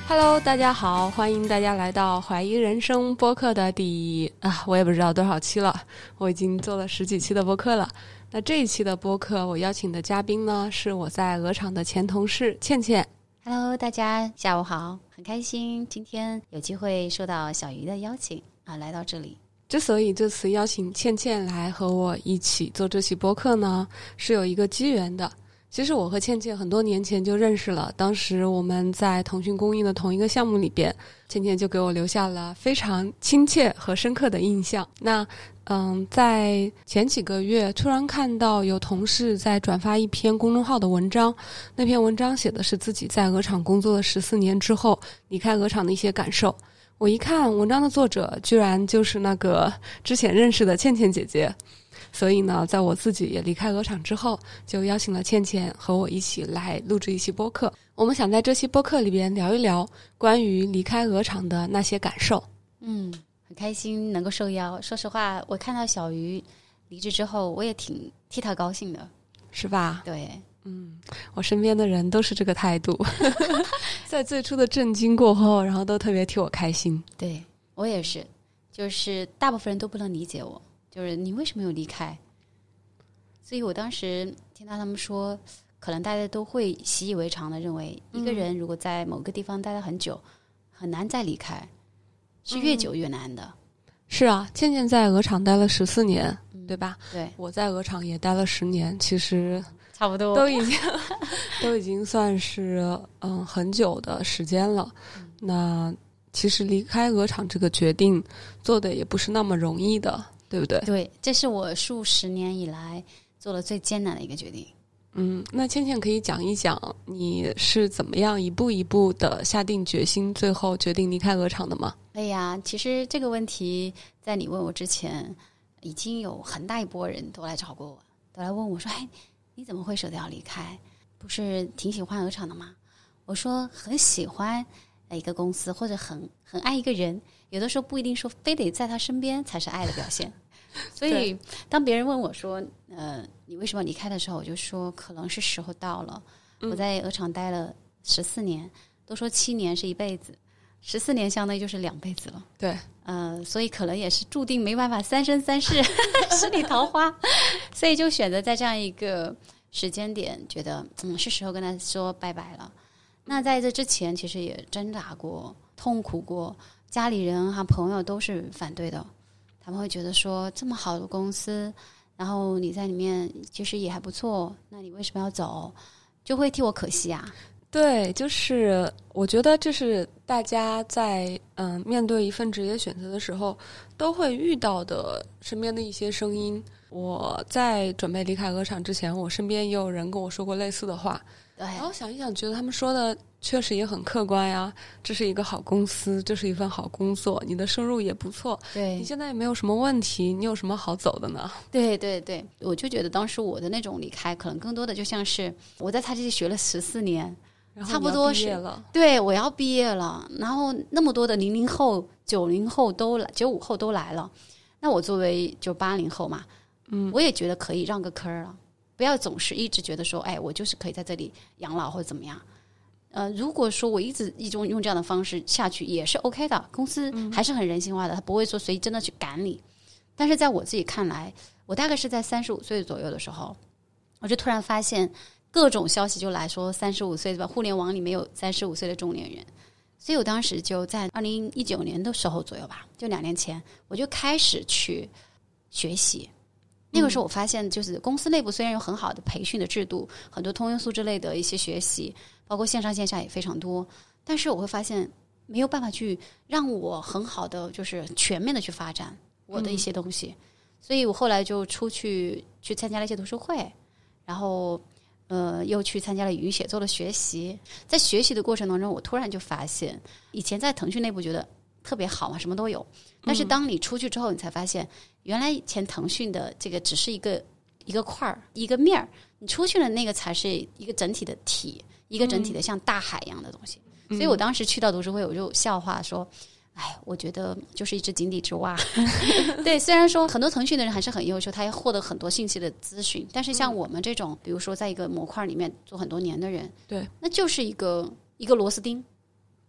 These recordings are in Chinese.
Hello， 大家好，欢迎大家来到怀疑人生播客的我也不知道多少期了，我已经做了10几期的播客了。那这一期的播客，我邀请的嘉宾呢，是我在鹅厂的前同事倩倩。 Hello， 大家下午好，很开心今天有机会受到小鱼的邀请来到这里。 之所以这次邀请倩倩来和我一起做这期播客呢，是有一个机缘的。其实我和倩倩很多年前就认识了，当时我们在腾讯供应的同一个项目里边，倩倩就给我留下了非常亲切和深刻的印象。那在前几个月突然看到有同事在转发一篇公众号的文章，那篇文章写的是自己在鹅厂工作了14年之后离开鹅厂的一些感受。我一看文章的作者居然就是那个之前认识的倩倩姐姐，所以呢，在我自己也离开鹅厂之后，就邀请了倩倩和我一起来录制一期播客。我们想在这期播客里边聊一聊关于离开鹅厂的那些感受。 很开心能够受邀。说实话，我看到小鱼离职之后，我也挺替他高兴的， 是吧？ 对， 我身边的人都是这个态度，在最初的震惊过后，然后都特别替我开心。 对，我也是，就是大部分人都不能理解我。就是你为什么有离开？所以我当时听到他们说，可能大家都会习以为常的认为，一个人如果在某个地方待了很久，很难再离开，是越久越难的。 是啊，倩倩在鹅厂待了14年，对吧？ 对， 我在鹅厂也待了10年，其实差不多都已经算是很久的时间了。那其实离开鹅厂这个决定做的也不是那么容易的，对不对？ 对，这是我数10年以来做的最艰难的一个决定。 那倩倩可以讲一讲你是怎么样一步一步的下定决心，最后决定离开鹅厂的吗？ 哎呀，其实这个问题在你问我之前，已经有很大一波人都来找过我，都来问我说：“哎，你怎么会舍得要离开？不是挺喜欢鹅厂的吗？”我说很喜欢一个公司，或者很爱一个人，有的时候不一定说非得在他身边才是爱的表现。所以当别人问我说你为什么离开的时候，我就说可能是时候到了。我在鹅厂待了14年，都说7年是一辈子，14年相当于就是2辈子了。 对， 所以可能也是注定没办法3生3世十里桃花，所以就选择在这样一个时间点，觉得是时候跟他说拜拜了。那在这之前其实也挣扎过，痛苦过，家里人和朋友都是反对的，他们会觉得说这么好的公司，然后你在里面其实也还不错，那你为什么要走？就会替我可惜啊。 对，就是我觉得这是大家在面对一份职业选择的时候都会遇到的身边的一些声音。我在准备离开鹅厂之前，我身边也有人跟我说过类似的话，然后想一想，觉得他们说的确实也很客观呀。这是一个好公司，这是一份好工作，你的收入也不错， 对， 你现在也没有什么问题，你有什么好走的呢？ 对对对，我就觉得当时我的那种离开，可能更多的就像是我在他这里学了14年，差不多是对，我要毕业了，然后那么多的00后、90后都来，95后都来了，那我作为就80后嘛，我也觉得可以让个坑了，不要总是一直觉得说，哎，我就是可以在这里养老或者怎么样。如果说我一直用这样的方式下去也是 OK 的，公司还是很人性化的，他不会说谁真的去赶你。但是在我自己看来，我大概是在35岁左右的时候，我就突然发现各种消息就来说35岁对吧？互联网里面有35岁的中年人，所以我当时就在2019年的时候左右吧，就2年前，我就开始去学习。那个时候我发现，就是公司内部虽然有很好的培训的制度，很多通用素质类的一些学习，包括线上线下也非常多，但是我会发现没有办法去让我很好的就是全面的去发展我的一些东西，所以我后来就出去参加了一些读书会，然后又去参加了语音写作的学习。在学习的过程当中，我突然就发现，以前在腾讯内部觉得特别好嘛，什么都有，但是当你出去之后，你才发现原来以前腾讯的这个只是一个块儿一个面儿，你出去的那个才是一个整体的体，一个整体的像大海一样的东西。所以我当时去到读书会，我就笑话说，哎，我觉得就是一只井底之蛙。对，虽然说很多腾讯的人还是很优秀，他也获得很多信息的资讯，但是像我们这种，比如说在一个模块里面做很多年的人， 对， 那就是一个螺丝钉，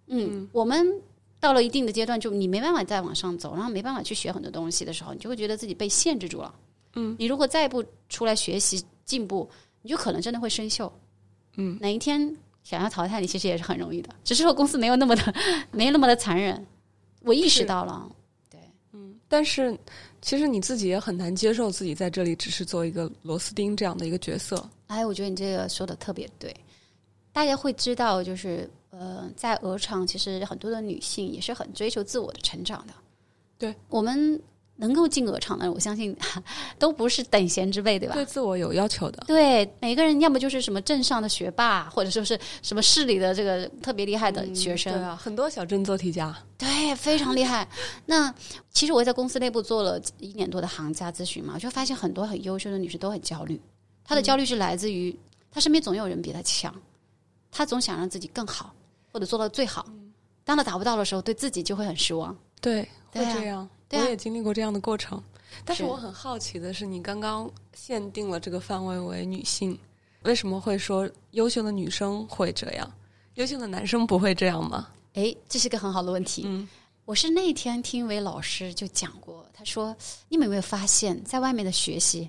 我们到了一定的阶段，就你没办法再往上走，然后没办法去学很多东西的时候，你就会觉得自己被限制住了。你如果再不出来学习进步，你就可能真的会生锈。哪一天想要淘汰你，其实也是很容易的，只是说公司没有那么的残忍。我意识到了，对， 但是其实你自己也很难接受自己在这里只是做一个螺丝钉这样的一个角色。 我觉得你这个说的特别对。大家会知道，就是在鹅厂，其实很多的女性也是很追求自我的成长的。 对， 我们能够进鹅厂的，我相信都不是等闲之辈，对吧？ 对自我有要求的。 对，每个人要么就是什么镇上的学霸，或者说是什么市里的这个特别厉害的学生。 对啊，很多小镇做题家。 对，非常厉害。那其实我在公司内部做了1年多的行家咨询嘛，我就发现很多很优秀的女生都很焦虑。她的焦虑是来自于她身边总有人比她强，她总想让自己更好，或者做到最好。当她达不到的时候，对自己就会很失望。 对，会这样。我也经历过这样的过程。但是我很好奇的是，你刚刚限定了这个范围为女性，为什么会说优秀的女生会这样，优秀的男生不会这样吗？ 这是个很好的问题。我是那天听一位老师就讲过，他说你们有没有发现在外面的学习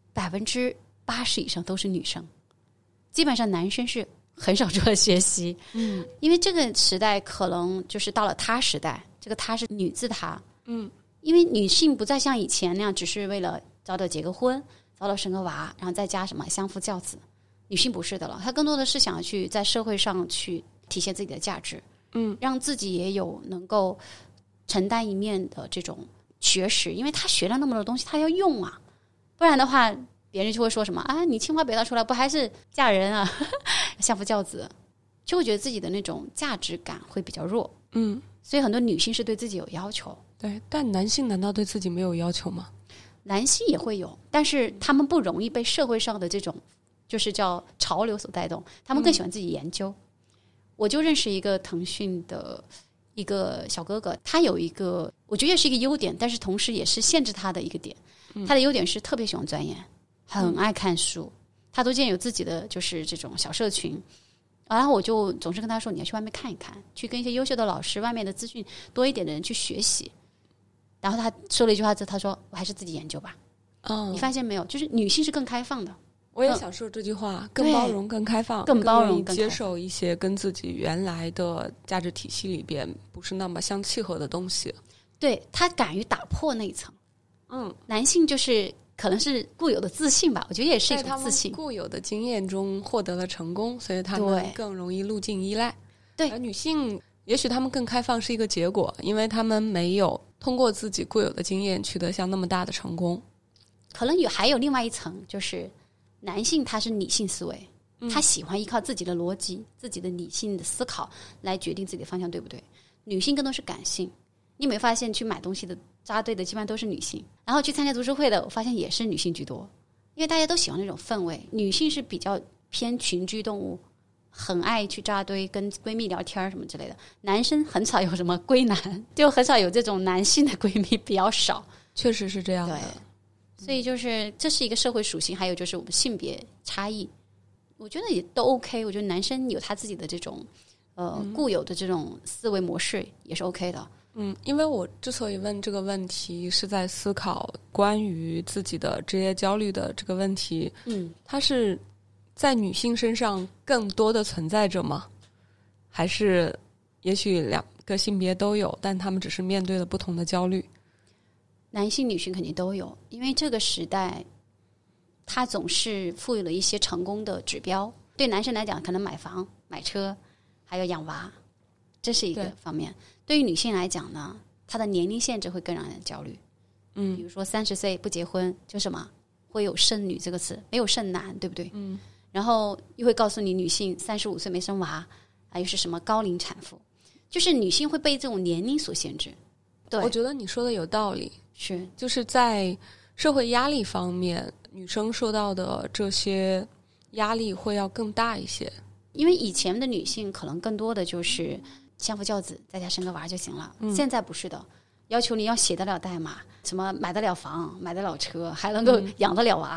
80%以上都是女生，基本上男生是很少做学习。因为这个时代可能就是到了他时代，这个他是女字他。因为女性不再像以前那样只是为了早点结个婚，早点生个娃，然后再加什么相夫教子。女性不是的了，她更多的是想要去在社会上去体现自己的价值，让自己也有能够承担一面的这种学识，因为她学了那么多东西，她要用啊，不然的话别人就会说什么啊，你清华北大出来不还是嫁人啊相夫教子，就会觉得自己的那种价值感会比较弱。所以很多女性是对自己有要求。 对，但男性难道对自己没有要求吗？ 男性也会有，但是他们不容易被社会上的这种就是叫潮流所带动，他们更喜欢自己研究。我就认识一个腾讯的一个小哥哥，他有一个我觉得也是一个优点，但是同时也是限制他的一个点。他的优点是特别喜欢钻研，很爱看书，他都建有自己的就是这种小社群。然后我就总是跟他说，你要去外面看一看，去跟一些优秀的老师，外面的资讯多一点的人去学习。然后他说了一句话，他说我还是自己研究吧。你发现没有，就是女性是更开放的。 我也想说这句话，更包容更开放， 更包容更接受一些跟自己原来的价值体系里边不是那么相契合的东西。 对，他敢于打破那一层。男性就是可能是固有的自信吧，我觉得也是一种自信， 固有的经验中获得了成功，所以他们更容易路径依赖。 对， 而女性也许他们更开放是一个结果，因为他们没有通过自己固有的经验取得像那么大的成功。 可能还有另外一层，就是男性他是理性思维，他喜欢依靠自己的逻辑、自己的理性的思考来决定自己的方向对不对。女性更多是感性，你有没有发现去买东西的扎堆的基本上都是女性，然后去参加读书会的我发现也是女性居多，因为大家都喜欢那种氛围。女性是比较偏群居动物，很爱去扎堆跟闺蜜聊天什么之类的，男生很少有什么闺男，就很少有这种男性的闺蜜，比较少。 确实是这样的。 所以就是这是一个社会属性，还有就是我们性别差异，我觉得也都 OK。我觉得男生有他自己的这种固有的这种思维模式也是 OK 的。 因为我之所以问这个问题，是在思考关于自己的职业焦虑的这个问题。它是在女性身上更多的存在着吗？还是也许两个性别都有，但他们只是面对了不同的焦虑？ 男性女性肯定都有，因为这个时代它总是赋予了一些成功的指标。对男生来讲可能买房买车还有养娃，这是一个方面。对于女性来讲呢，她的年龄限制会更让人焦虑。比如说30岁不结婚就什么会有剩女这个词，没有剩男，对不对？然后又会告诉你女性35岁没生娃又是什么高龄产妇，就是女性会被这种年龄所限制。对， 我觉得你说的有道理， 是就是在社会压力方面，女生受到的这些压力会要更大一些。 因为以前的女性可能更多的就是相夫教子，在家生个娃就行了。现在不是的，要求你要写得了代码，什么买得了房买得了车，还能够养得了娃，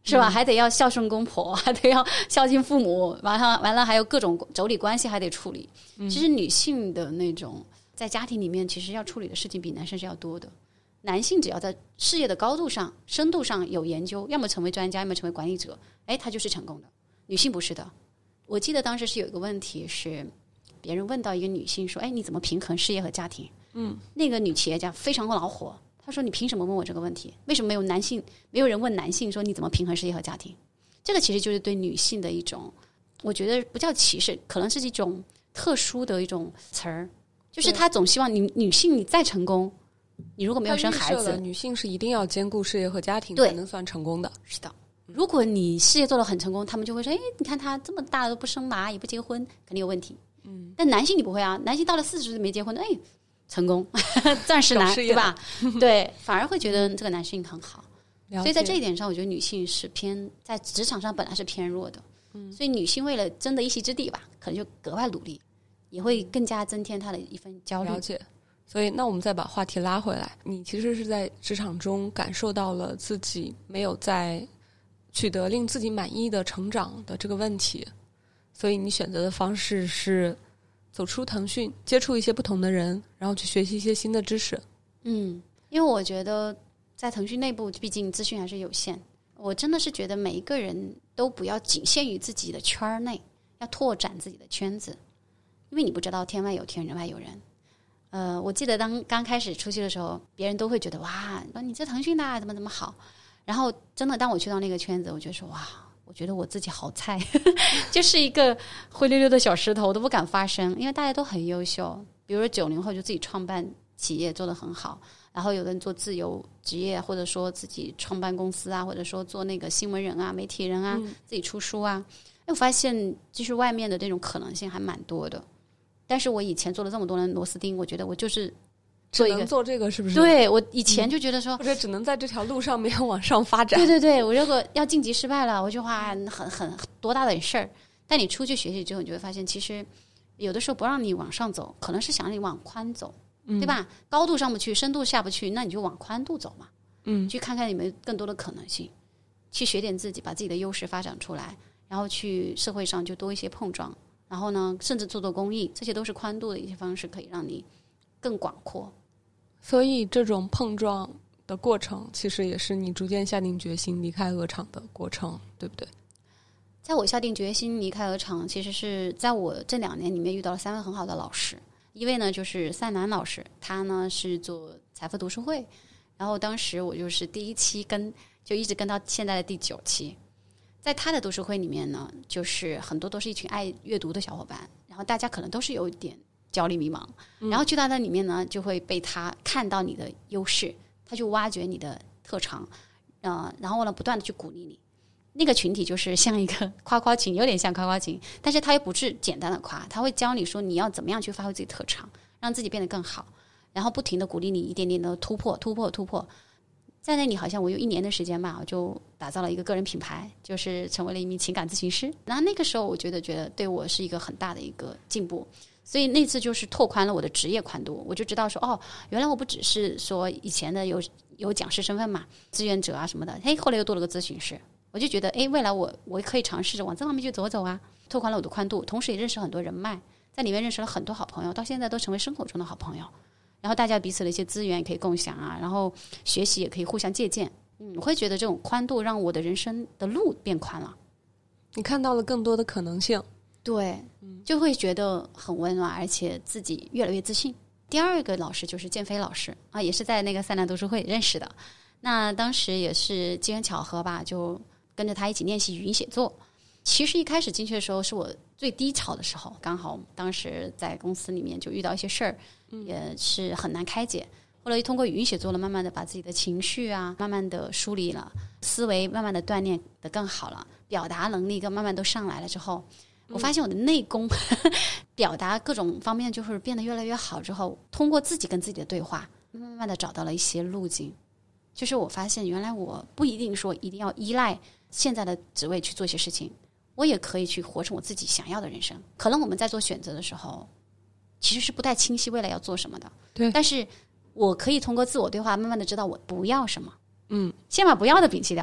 是吧？还得要孝顺公婆，还得要孝敬父母，完了还有各种妯娌关系还得处理。其实女性的那种在家庭里面，其实要处理的事情比男生是要多的。男性只要在事业的高度上、深度上有研究，要么成为专家，要么成为管理者，他就是成功的。女性不是的。我记得当时是有一个问题是，别人问到一个女性说：“你怎么平衡事业和家庭？”那个女企业家非常恼火，她说：“你凭什么问我这个问题？为什么没有人问男性说你怎么平衡事业和家庭？”这个其实就是对女性的一种，我觉得不叫歧视，可能是一种特殊的一种词儿，就是她总希望女性你再成功。你如果没有生孩子， 女性是一定要兼顾事业和家庭才能算成功的。 是的，如果你事业做得很成功，他们就会说：“你看他这么大都不生娃，也不结婚，肯定有问题。”但男性你不会啊，男性到了40岁没结婚，成功，钻石男，对吧？对，反而会觉得这个男性很好。所以在这一点上，我觉得女性是在职场上本来是偏弱的。所以女性为了争得一席之地吧，可能就格外努力，也会更加增添她的一份焦虑。 了解。所以那我们再把话题拉回来，你其实是在职场中感受到了自己没有在取得令自己满意的成长的这个问题，所以你选择的方式是走出腾讯，接触一些不同的人，然后去学习一些新的知识。 因为我觉得在腾讯内部毕竟资讯还是有限，我真的是觉得每一个人都不要仅限于自己的圈内，要拓展自己的圈子，因为你不知道天外有天人外有人。我记得刚开始出去的时候，别人都会觉得哇，你这腾讯的怎么好。然后真的当我去到那个圈子，我觉得说哇，我觉得我自己好菜，就是一个灰溜溜的小石头，我都不敢发声，因为大家都很优秀。比如说90后就自己创办企业做得很好，然后有人做自由职业，或者说自己创办公司啊，或者说做那个新闻人啊、媒体人啊，自己出书啊。我发现就是外面的这种可能性还蛮多的。但是我以前做了这么多年螺丝钉，我觉得我就是只能做这个，是不是？ 对，我以前就觉得说， 或者只能在这条路上面往上发展。 对，我如果要晋级失败了，我就花很多大的事儿。但你出去学习之后，你就会发现，其实有的时候不让你往上走，可能是想让你往宽走，对吧？高度上不去，深度下不去，那你就往宽度走嘛。去看看有没有更多的可能性，去学点自己，把自己的优势发展出来，然后去社会上就多一些碰撞。然后呢，甚至做公益，这些都是宽度的一些方式，可以让你更广阔。 所以这种碰撞的过程，其实也是你逐渐下定决心离开鹅厂的过程，对不对？ 在我下定决心离开鹅厂，其实是在我这2年里面遇到了3位很好的老师。一位呢就是赛南老师，他呢是做财富读书会，然后当时我就是第1期就一直跟到现在的第9期。在他的读书会里面呢，就是很多都是一群爱阅读的小伙伴，然后大家可能都是有一点焦虑迷茫，然后去到那里面呢，就会被他看到你的优势，他就挖掘你的特长，然后呢不断的去鼓励你。那个群体就是像一个夸夸群，有点像夸夸群，但是他又不是简单的夸，他会教你说你要怎么样去发挥自己特长，让自己变得更好，然后不停的鼓励你一点点的突破。在那里好像我有1年的时间吧，我就打造了一个个人品牌，就是成为了一名情感咨询师。然后那个时候我觉得对我是一个很大的一个进步，所以那次就是拓宽了我的职业宽度。我就知道说原来我不只是说以前的有讲师身份嘛，志愿者啊什么的，后来又多了个咨询师。我就觉得未来我可以尝试着往这方面去走走啊，拓宽了我的宽度，同时也认识很多人脉，在里面认识了很多好朋友，到现在都成为生活中的好朋友。然后大家彼此的一些资源也可以共享啊，然后学习也可以互相借鉴。我会觉得这种宽度让我的人生的路变宽了， 你看到了更多的可能性。 对，就会觉得很温暖，而且自己越来越自信。第2个老师就是建飞老师啊，也是在那个赛南读书会认识的。那当时也是机缘巧合吧，就跟着他一起练习语音写作。其实一开始进去的时候是我最低潮的时候，刚好当时在公司里面就遇到一些事儿，也是很难开解。后来通过语音写作了，慢慢的把自己的情绪啊慢慢的梳理了，思维慢慢的锻炼的更好了，表达能力慢慢都上来了之后，我发现我的内功表达各种方面就是变得越来越好之后，通过自己跟自己的对话，慢慢的找到了一些路径。就是我发现原来我不一定说一定要依赖现在的职位去做一些事情，我也可以去活成我自己想要的人生。可能我们在做选择的时候其实是不太清晰未来要做什么的， 对， 但是我可以通过自我对话慢慢的知道我不要什么，先把不要的摒弃掉，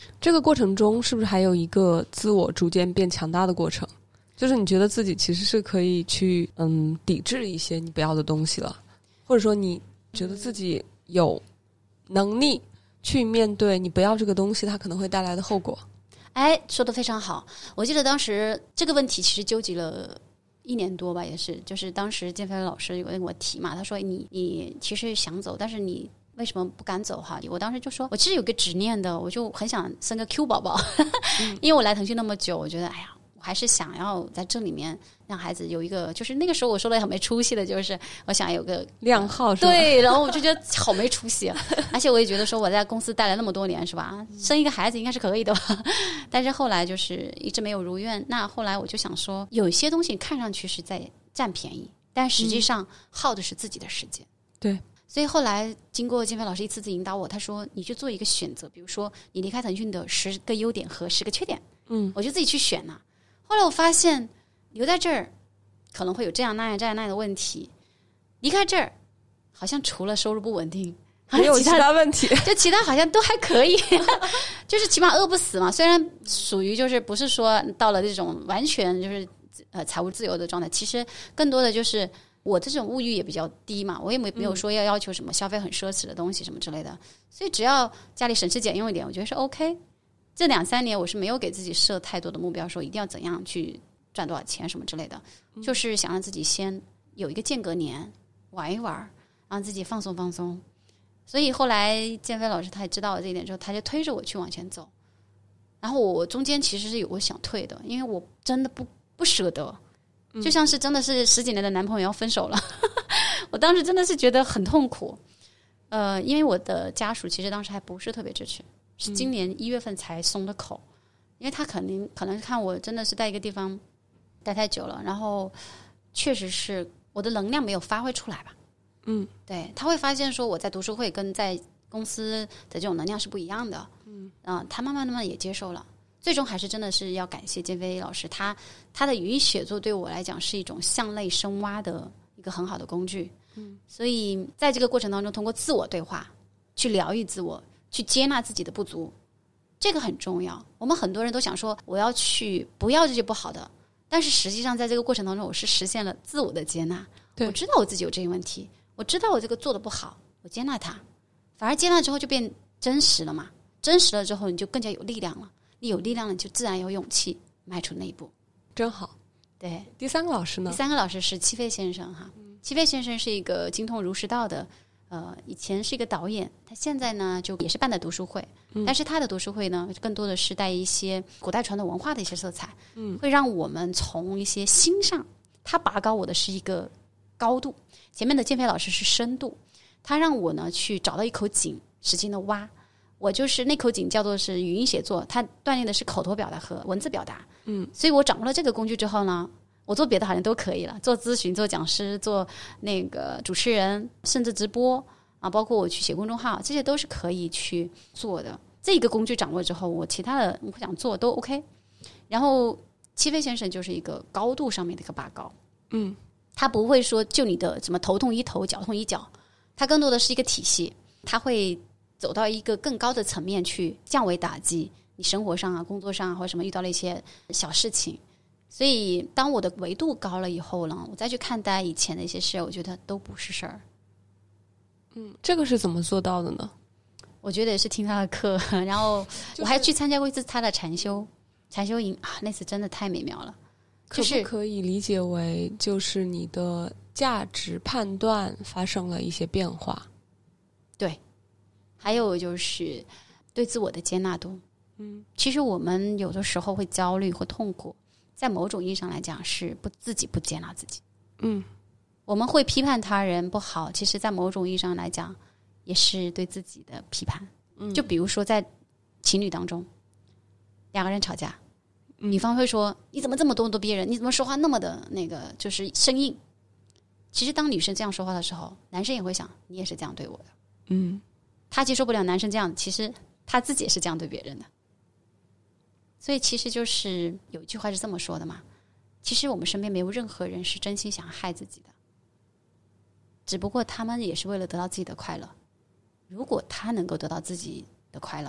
这个过程中是不是还有一个自我逐渐变强大的过程？就是你觉得自己其实是可以去抵制一些你不要的东西了，或者说你觉得自己有能力去面对你不要这个东西它可能会带来的后果。 哎，说得非常好。我记得当时这个问题其实纠结了1年多吧，也是，就是当时建飞老师有跟我提嘛，他说你其实想走，但是你为什么不敢走哈？我当时就说，我其实有个执念的，我就很想生个 Q 宝宝，因为我来腾讯那么久，我觉得哎呀，我还是想要在这里面让孩子有一个，就是那个时候我说的很没出息的，就是我想有个靓号，是吧？ 对，然后我就觉得好没出息啊，而且我也觉得说我在公司待了那么多年，是吧？生一个孩子应该是可以的吧？但是后来就是一直没有如愿。那后来我就想说，有一些东西看上去是在占便宜，但实际上耗的是自己的时间。 对。 所以后来经过建飞老师一次次引导我，他说你去做一个选择，比如说你离开腾讯的10个优点和10个缺点，我就自己去选呐。后来我发现留在这儿可能会有这样那样的问题，离开这儿好像除了收入不稳定没有其他问题， 就其他好像都还可以就是起码饿不死嘛。虽然属于就是不是说到了这种完全就是财务自由的状态，其实更多的就是我这种物欲也比较低嘛，我也没有说要求什么消费很奢侈的东西什么之类的，所以只要家里省吃俭用一点，我觉得是 OK。这2-3年我是没有给自己设太多的目标，说一定要怎样去赚多少钱什么之类的，就是想让自己先有一个间隔年玩一玩，让自己放松放松。所以后来建飞老师他也知道了这一点之后，他就推着我去往前走。然后我中间其实是有过想退的，因为我真的不舍得，就像是真的是10几年的男朋友要分手了我当时真的是觉得很痛苦。因为我的家属其实当时还不是特别支持，是今年1月份才松的口，因为他可能看我真的是在一个地方待太久了，然后确实是我的能量没有发挥出来吧。对，他会发现说我在读书会跟在公司的这种能量是不一样的。他慢慢也接受了。最终还是真的是要感谢建飞老师，他的语音写作对我来讲是一种向内深挖的一个很好的工具。所以在这个过程当中，通过自我对话去疗愈自我，去接纳自己的不足，这个很重要。我们很多人都想说我要去不要这些不好的，但是实际上在这个过程当中，我是实现了自我的接纳。我知道我自己有这个问题，我知道我这个做的不好，我接纳它，反而接纳之后就变真实了嘛。真实了之后，你就更加有力量了。你有力量了，就自然有勇气迈出那一步。 真好。 对， 第3个老师呢？ 第3个老师是戚飞先生哈。戚飞先生是一个精通儒释道的，以前是一个导演，他现在呢就也是办的读书会，但是他的读书会呢更多的是带一些古代传统文化的一些色彩，会让我们从一些心上，他拔高我的是一个高度，前面的建飞老师是深度，他让我呢去找到一口井，使劲的挖。我就是那口井叫做是语音写作，它锻炼的是口头表达和文字表达。所以我掌握了这个工具之后呢，我做别的好像都可以了，做咨询、做讲师、做那个主持人，甚至直播啊，包括我去写公众号，这些都是可以去做的。这个工具掌握之后，我其他的我想做都 OK。然后戚飞先生就是一个高度上面的一个拔高，他不会说就你的什么头痛医头，脚痛医脚，他更多的是一个体系，他会走到一个更高的层面去降维打击你生活上啊、工作上啊或者什么遇到了一些小事情。所以当我的维度高了以后呢，我再去看待以前的一些事，我觉得都不是事儿。 这个是怎么做到的呢？ 我觉得也是听他的课，然后我还去参加过一次他的禅修营啊，那次真的太美妙了。 可不可以理解为就是你的价值判断发生了一些变化？ 对，还有就是对自我的接纳度。其实我们有的时候会焦虑或痛苦，在某种意义上来讲是自己不接纳自己。我们会批判他人不好，其实在某种意义上来讲也是对自己的批判。就比如说在情侣当中，2个人吵架，女方会说你怎么这么咄咄逼人，你怎么说话那么的那个就是生硬。其实当女生这样说话的时候，男生也会想你也是这样对我的。他接受不了男生这样，其实他自己也是这样对别人的。所以其实就是有一句话是这么说的嘛，其实我们身边没有任何人是真心想害自己的，只不过他们也是为了得到自己的快乐。如果他能够得到自己的快乐，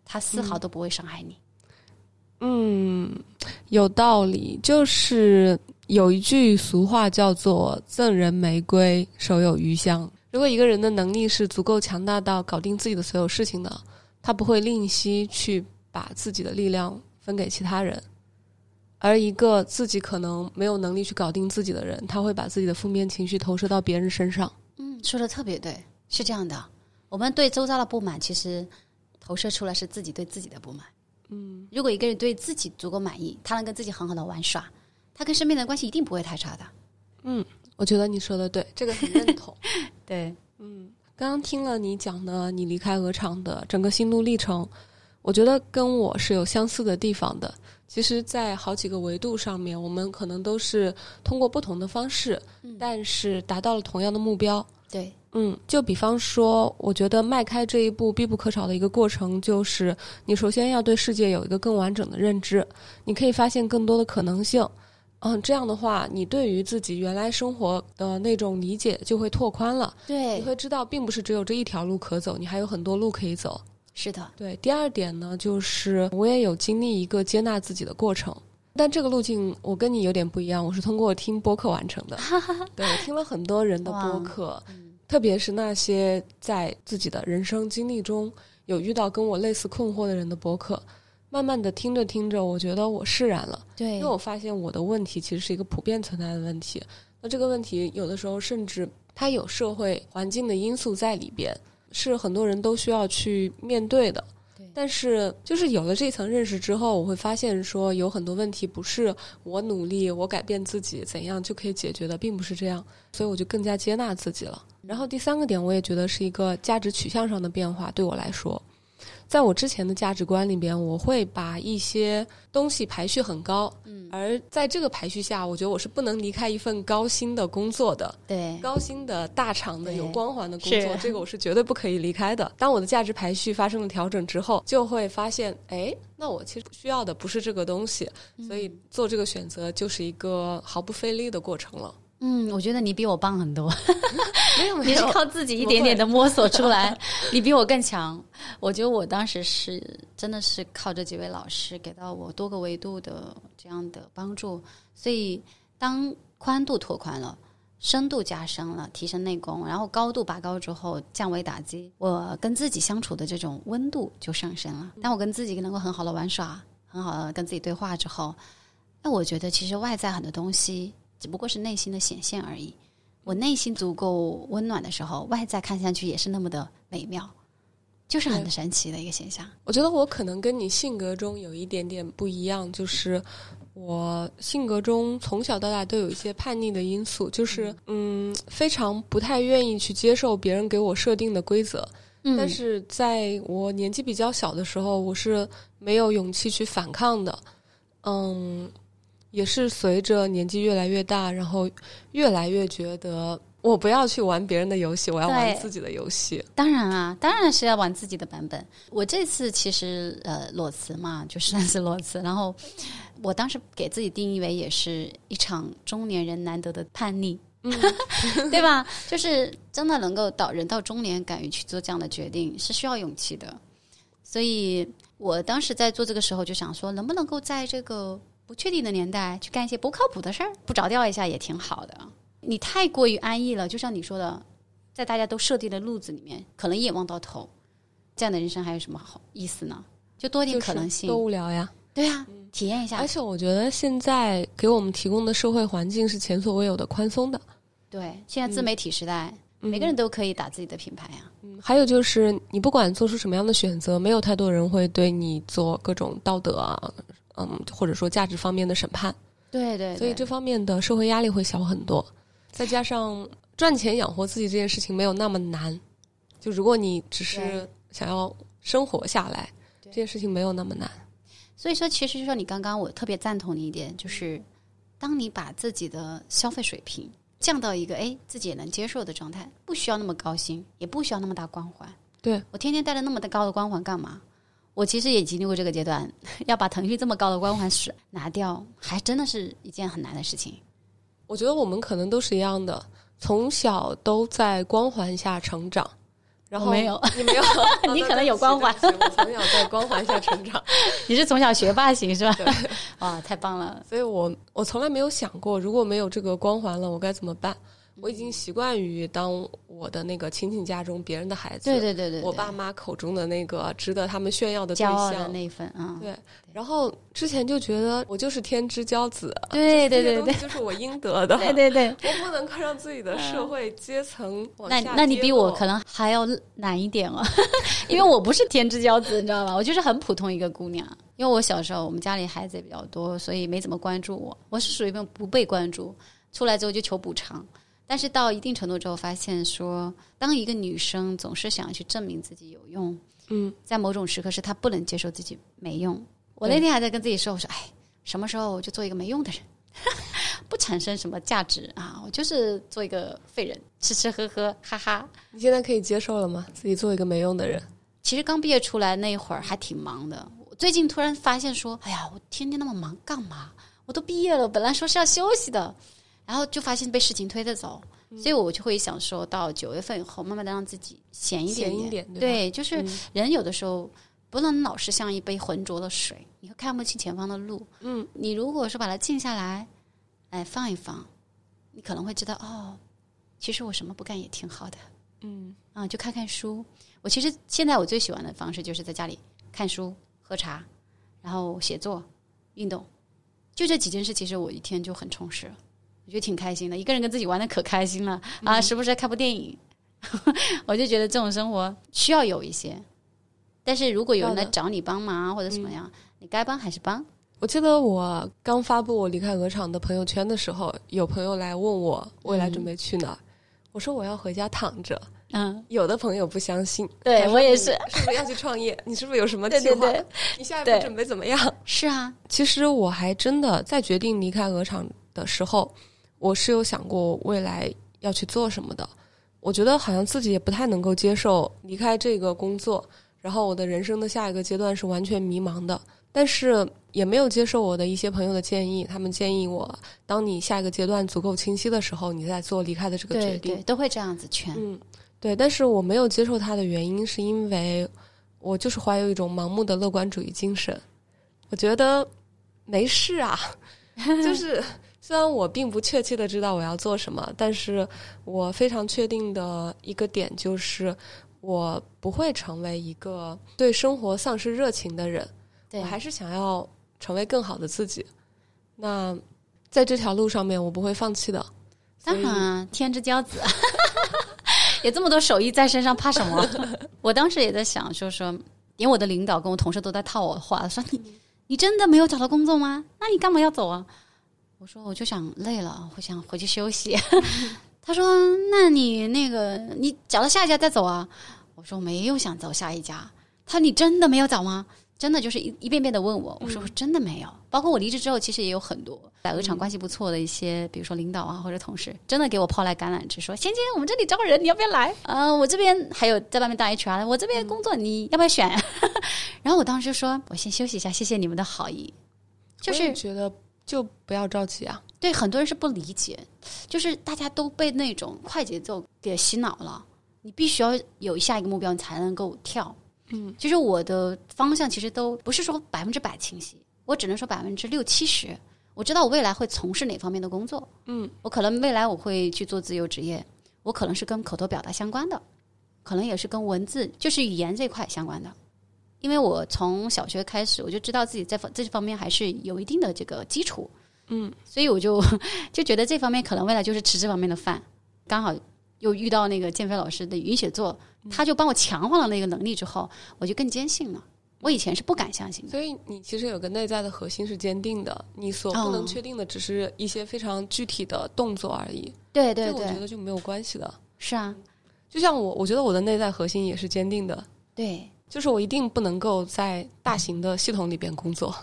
它丝毫都不会伤害你。 有道理。就是有一句俗话叫做赠人玫瑰手有余香。如果一个人的能力是足够强大到搞定自己的所有事情的，他不会吝惜去把自己的力量分给其他人。而一个自己可能没有能力去搞定自己的人，他会把自己的负面情绪投射到别人身上。 说的特别对，是这样的。我们对周遭的不满，其实投射出来是自己对自己的不满。如果一个人对自己足够满意，他能跟自己很好的玩耍，他跟身边的关系一定不会太差的。 我觉得你说的对，这个很认同。 对， 刚刚听了你讲的你离开鹅厂的整个心路历程，我觉得跟我是有相似的地方的。其实在好几个维度上面，我们可能都是通过不同的方式，但是达到了同样的目标。 对， 就比方说，我觉得迈开这一步必不可少的一个过程，就是你首先要对世界有一个更完整的认知，你可以发现更多的可能性。这样的话，你对于自己原来生活的那种理解就会拓宽了。 对， 你会知道并不是只有这一条路可走，你还有很多路可以走。 是的。 对，第二点呢，就是我也有经历一个接纳自己的过程。但这个路径我跟你有点不一样，我是通过听播客完成的。对，我听了很多人的播客，特别是那些在自己的人生经历中有遇到跟我类似困惑的人的播客，慢慢的听着听着，我觉得我释然了。 对， 因为我发现我的问题其实是一个普遍存在的问题。那这个问题有的时候甚至它有社会环境的因素在里边，是很多人都需要去面对的。但是就是有了这层认识之后，我会发现说有很多问题不是我努力我改变自己怎样就可以解决的，并不是这样，所以我就更加接纳自己了。然后第三个点，我也觉得是一个价值取向上的变化。对我来说，在我之前的价值观里边，我会把一些东西排序很高，而在这个排序下，我觉得我是不能离开一份高薪的工作的。 对， 高薪的大厂的有光环的工作，这个我是绝对不可以离开的。当我的价值排序发生了调整之后，就会发现，那我其实需要的不是这个东西，所以做这个选择就是一个毫不费力的过程了。 我觉得你比我棒很多。 没有， 你是靠自己一点点的摸索出来，你比我更强。我觉得我当时是真的是靠这几位老师给到我多个维度的这样的帮助，所以当宽度拓宽了，深度加深了，提升内功，然后高度拔高之后降维打击，我跟自己相处的这种温度就上升了。当我跟自己能够很好的玩耍，很好的跟自己对话之后，那我觉得其实外在很多东西只不过是内心的显现而已。我内心足够温暖的时候，外在看上去也是那么的美妙，就是很神奇的一个现象。 我觉得我可能跟你性格中有一点点不一样，就是我性格中从小到大都有一些叛逆的因素，就是非常不太愿意去接受别人给我设定的规则。但是在我年纪比较小的时候，我是没有勇气去反抗的。也是随着年纪越来越大，然后越来越觉得我不要去玩别人的游戏，我要玩自己的游戏。 当然啊，当然是要玩自己的版本。我这次其实裸辞嘛，就算是裸辞，然后我当时给自己定义为也是一场中年人难得的叛逆，对吧？就是真的能够人到中年敢于去做这样的决定，是需要勇气的。所以我当时在做这个时候就想说，能不能够在这个不确定的年代去干一些不靠谱的事儿，不着调一下也挺好的。你太过于安逸了，就像你说的，在大家都设定的路子里面可能一眼望到头，这样的人生还有什么好意思呢？就多一点可能性， 多无聊呀。 对啊，体验一下。 而且我觉得现在给我们提供的社会环境是前所未有的宽松的。 对，现在自媒体时代，每个人都可以打自己的品牌呀。 还有就是你不管做出什么样的选择，没有太多人会对你做各种道德啊或者说价值方面的审判。 对对， 所以这方面的社会压力会小很多。再加上赚钱养活自己这件事情没有那么难，就如果你只是想要生活下来，这件事情没有那么难。 所以说其实说你刚刚我特别赞同你一点，就是当你把自己的消费水平降到一个自己也能接受的状态，不需要那么高薪，也不需要那么大光环。 对， 我天天带着那么高的光环干嘛？我其实也经历过这个阶段，要把腾讯这么高的光环拿掉，还真的是一件很难的事情。 我觉得我们可能都是一样的，从小都在光环下成长， 然后没有， 你没有你可能有光环。 我从小在光环下成长。 你是从小学霸型是吧？对，哇，太棒了！ 所以我从来没有想过，如果没有这个光环了，我该怎么办？我已经习惯于当我的那个亲戚家中别人的孩子， 对， 我爸妈口中的那个值得他们炫耀的对骄傲象的那一份啊。 对，然后之前就觉得我就是天之骄子， 对， 就是我应得的， 对， 我不能够让自己的社会阶层往下跌落。 那你比我可能还要难一点哦，因为我不是天之骄子，你知道吗？我就是很普通一个姑娘。因为我小时候我们家里孩子也比较多，所以没怎么关注我，我是属于不被关注，出来之后就求补偿。但是到一定程度之后，发现说，当一个女生总是想要去证明自己有用，在某种时刻是她不能接受自己没用。我那天还在跟自己说，我说，哎，什么时候我就做一个没用的人，不产生什么价值啊，我就是做一个废人，吃吃喝喝，哈哈。 你现在可以接受了吗？自己做一个没用的人？ 其实刚毕业出来那一会儿还挺忙的，我最近突然发现说，哎呀，我天天那么忙干嘛？我都毕业了，本来说是要休息的。然后就发现被事情推着走，所以我就会想说到9月份以后，慢慢的让自己闲一点。对，就是人有的时候不能老是像一杯浑浊的水，你会看不清前方的路。你如果说把它静下来，哎，放一放，你可能会知道，哦，其实我什么不干也挺好的。就看看书。我其实现在我最喜欢的方式就是在家里看书、喝茶，然后写作、运动，就这几件事，其实我一天就很充实了。我觉得挺开心的，一个人跟自己玩的可开心了啊！时不时看部电影，我就觉得这种生活需要有一些。但是如果有人来找你帮忙或者什么样，你该帮还是帮。 我记得我刚发布我离开鹅厂的朋友圈的时候，有朋友来问我未来准备去哪儿，我说我要回家躺着。有的朋友不相信， 对我也是， 是不是要去创业？你是不是有什么计划？ 对， 你下一步准备怎么样？ 是啊， 其实我还真的在决定离开鹅厂的时候，我是有想过未来要去做什么的。我觉得好像自己也不太能够接受离开这个工作，然后我的人生的下一个阶段是完全迷茫的。但是也没有接受我的一些朋友的建议，他们建议我，当你下一个阶段足够清晰的时候，你再做离开的这个决定。 对，都会这样子劝。 对，但是我没有接受他的原因，是因为我就是怀有一种盲目的乐观主义精神。我觉得没事啊，就是虽然我并不确切的知道我要做什么，但是我非常确定的一个点就是，我不会成为一个对生活丧失热情的人。我还是想要成为更好的自己。那在这条路上面，我不会放弃的。 当然啊，天之骄子。有这么多手艺在身上，怕什么？我当时也在想，说连我的领导跟我同事都在套我话，说你真的没有找到工作吗？那你干嘛要走啊？我说我就想累了，我想回去休息。他说那你你找到下一家再走啊？我说没有想走下一家。他说你真的没有找吗？真的就是一遍遍的问我，我说真的没有。包括我离职之后，其实也有很多在鹅厂关系不错的一些，比如说领导啊或者同事，真的给我抛来橄榄枝，说仙姐，我们这里招人，你要不要来？我这边还有在外面当 HR， 我这边工作你要不要选？然后我当时就说，我先休息一下，谢谢你们的好意。就是觉得就不要着急啊。 对，很多人是不理解，就是大家都被那种快节奏给洗脑了，你必须要有下一个目标，你才能够跳。就是我的方向其实都不是说100%清晰，我只能说60%-70%。我知道我未来会从事哪方面的工作，我可能未来我会去做自由职业，我可能是跟口头表达相关的，可能也是跟文字，就是语言这块相关的。因为我从小学开始，我就知道自己在这方面还是有一定的这个基础，所以我就觉得这方面可能未来就是吃这方面的饭。刚好又遇到那个建飞老师的语音写作，他就帮我强化了那个能力之后，我就更坚信了。我以前是不敢相信的。 所以你其实有个内在的核心是坚定的，你所不能确定的只是一些非常具体的动作而已。 对， 这我觉得就没有关系的。 是啊， 就像我觉得我的内在核心也是坚定的。 对， 就是我一定不能够在大型的系统里边工作。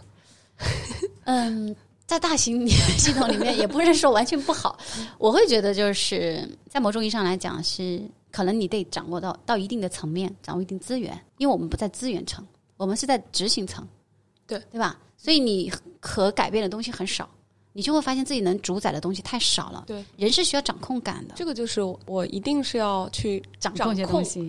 在大型系统里面也不是说完全不好，我会觉得就是在某种意义上来讲是可能你得掌握到一定的层面，掌握一定资源，因为我们不在资源层，我们是在执行层，对吧？所以你可改变的东西很少，你就会发现自己能主宰的东西太少了。 对， 人是需要掌控感的， 这个就是我一定是要去掌控一些东西。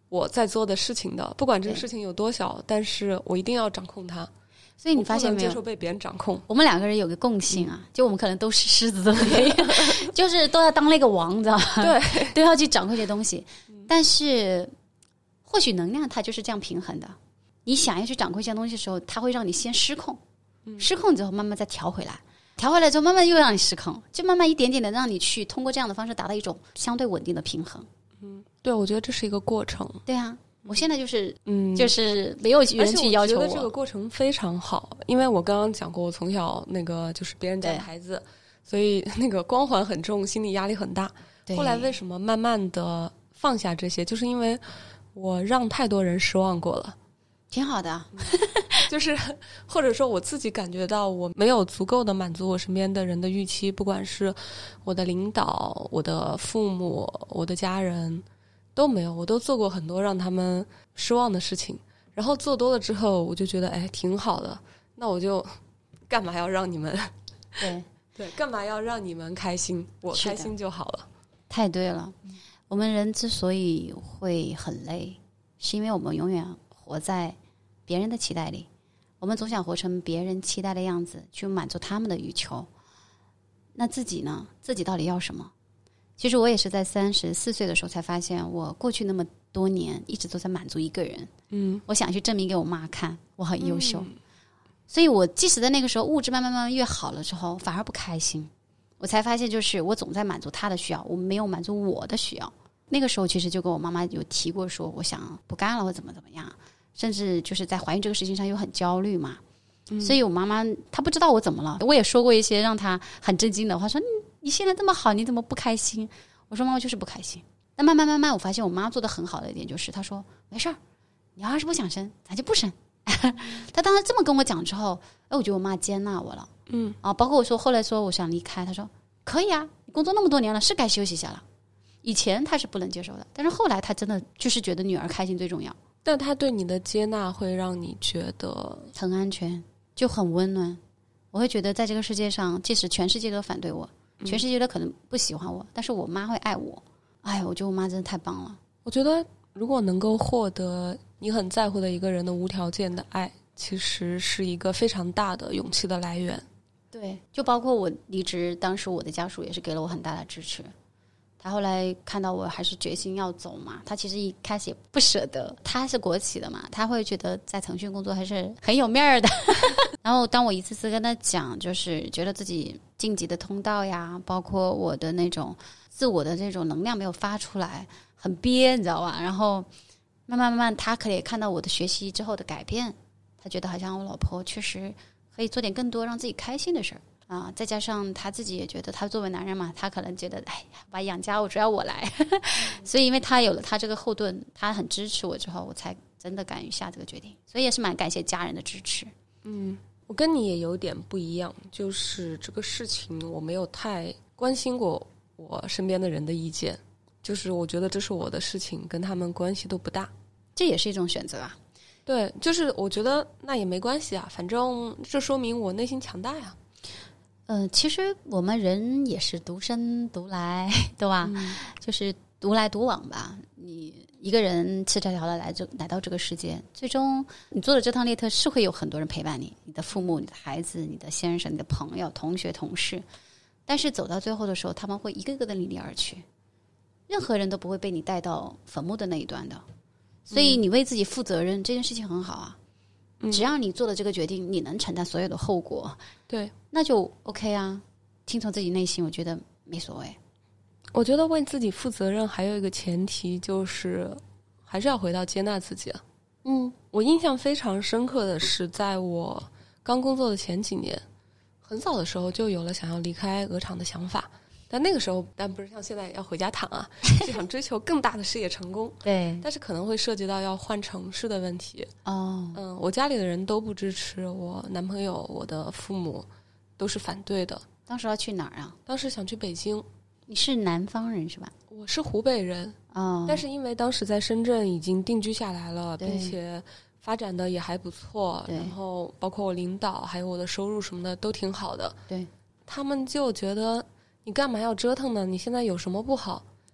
我在做的事情的，不管这个事情有多小，但是我一定要掌控它。 所以你发现没有， 接受被别人掌控。 我们两个人有个共性啊，就我们可能都是狮子座的原因，就是都要当那个王，知道吗？ 对， 都要去掌控这些东西。但是或许能量它就是这样平衡的，你想要去掌控一些东西的时候，它会让你先失控，失控之后慢慢再调回来，调回来之后慢慢又让你失控，就慢慢一点点的让你去通过这样的方式达到一种相对稳定的平衡。 对，我觉得这是一个过程。 对啊，我现在就是就是没有人去要求我。 而且我觉得这个过程非常好，因为我刚刚讲过，我从小那个就是别人家的孩子，所以那个光环很重，心理压力很大。后来为什么慢慢的放下这些，就是因为我让太多人失望过了。 挺好的。 就是或者说我自己感觉到我没有足够的满足我身边的人的预期，不管是我的领导、我的父母、我的家人都没有，我都做过很多让他们失望的事情，然后做多了之后我就觉得挺好的，那我就干嘛要让你们对干嘛要让你们开心，我开心就好了。 太对了。我们人之所以会很累，是因为我们永远活在别人的期待里，我们总想活成别人期待的样子，去满足他们的欲求。那自己呢？自己到底要什么？其实我也是在34岁的时候才发现，我过去那么多年一直都在满足一个人。我想去证明给我妈看我很优秀。所以我即使在那个时候物质慢慢越好了之后，反而不开心。我才发现，就是我总在满足她的需要，我没有满足我的需要。那个时候其实就跟我妈妈有提过说，我想不干了或怎么样，甚至就是在怀孕这个事情上又很焦虑嘛。所以我妈妈她不知道我怎么了，我也说过一些让她很震惊的话，说你现在这么好，你怎么不开心？我说妈妈就是不开心。但慢慢我发现我妈做的很好的一点就是她说没事儿，你要是不想生咱就不生。她当时这么跟我讲之后，我觉得我妈接纳我了。包括我说后来说我想离开，她说可以啊，你工作那么多年了，是该休息一下了。以前她是不能接受的，但是后来她真的就是觉得女儿开心最重要。 但她对你的接纳会让你觉得很安全，就很温暖。我会觉得在这个世界上，即使全世界都反对我，全世界都可能不喜欢我，但是我妈会爱我。我觉得我妈真的太棒了。 我觉得如果能够获得你很在乎的一个人的无条件的爱，其实是一个非常大的勇气的来源。 对，就包括我离职，当时我的家属也是给了我很大的支持。他后来看到我还是决心要走嘛，他其实一开始也不舍得，他是国企的嘛，他会觉得在腾讯工作还是很有面儿的。然后当我一次次跟他讲，就是觉得自己晋级的通道呀，包括我的那种自我的这种能量没有发出来，很憋，你知道吧？然后慢慢他可以看到我的学习之后的改变，他觉得好像我老婆确实可以做点更多让自己开心的事儿。再加上他自己也觉得，他作为男人嘛，他可能觉得，把养家务主要我来。所以因为他有了他这个后盾，他很支持我之后，我才真的敢于下这个决定。所以也是蛮感谢家人的支持。 我跟你也有点不一样，就是这个事情我没有太关心过我身边的人的意见，就是我觉得这是我的事情，跟他们关系都不大。 这也是一种选择啊。 对，就是我觉得那也没关系啊，反正这说明我内心强大呀。 其实我们人也是独生独来，对吧？就是独来独往吧。你一个人赤条条的来到这个世界，最终你坐的这趟列车是会有很多人陪伴你，你的父母、你的孩子、你的先生、你的朋友、同学、同事。但是走到最后的时候，他们会一个个的离你而去，任何人都不会被你带到坟墓的那一端的。所以你为自己负责任，这件事情很好啊。只要你做了这个决定，你能承担所有的后果， 对， 那就 OK 啊。听从自己内心，我觉得没所谓。 我觉得为自己负责任还有一个前提就是还是要回到接纳自己。我印象非常深刻的是，在我刚工作的前几年，很早的时候就有了想要离开鹅厂的想法。但那个时候，但不是像现在要回家躺啊，是想追求更大的事业成功。 对， 但是可能会涉及到要换城市的问题。我家里的人都不支持，我男朋友、我的父母都是反对的。 当时要去哪儿啊？ 当时想去北京。 你是南方人是吧？ 我是湖北人。但是因为当时在深圳已经定居下来了，并且发展的也还不错，然后包括我领导还有我的收入什么的都挺好的。 对， 他们就觉得你干嘛要折腾呢？你现在有什么不好？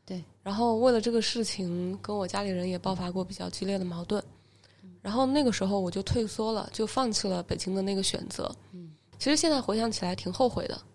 对， 然后为了这个事情跟我家里人也爆发过比较激烈的矛盾，然后那个时候我就退缩了，就放弃了北京的那个选择。其实现在回想起来挺后悔的。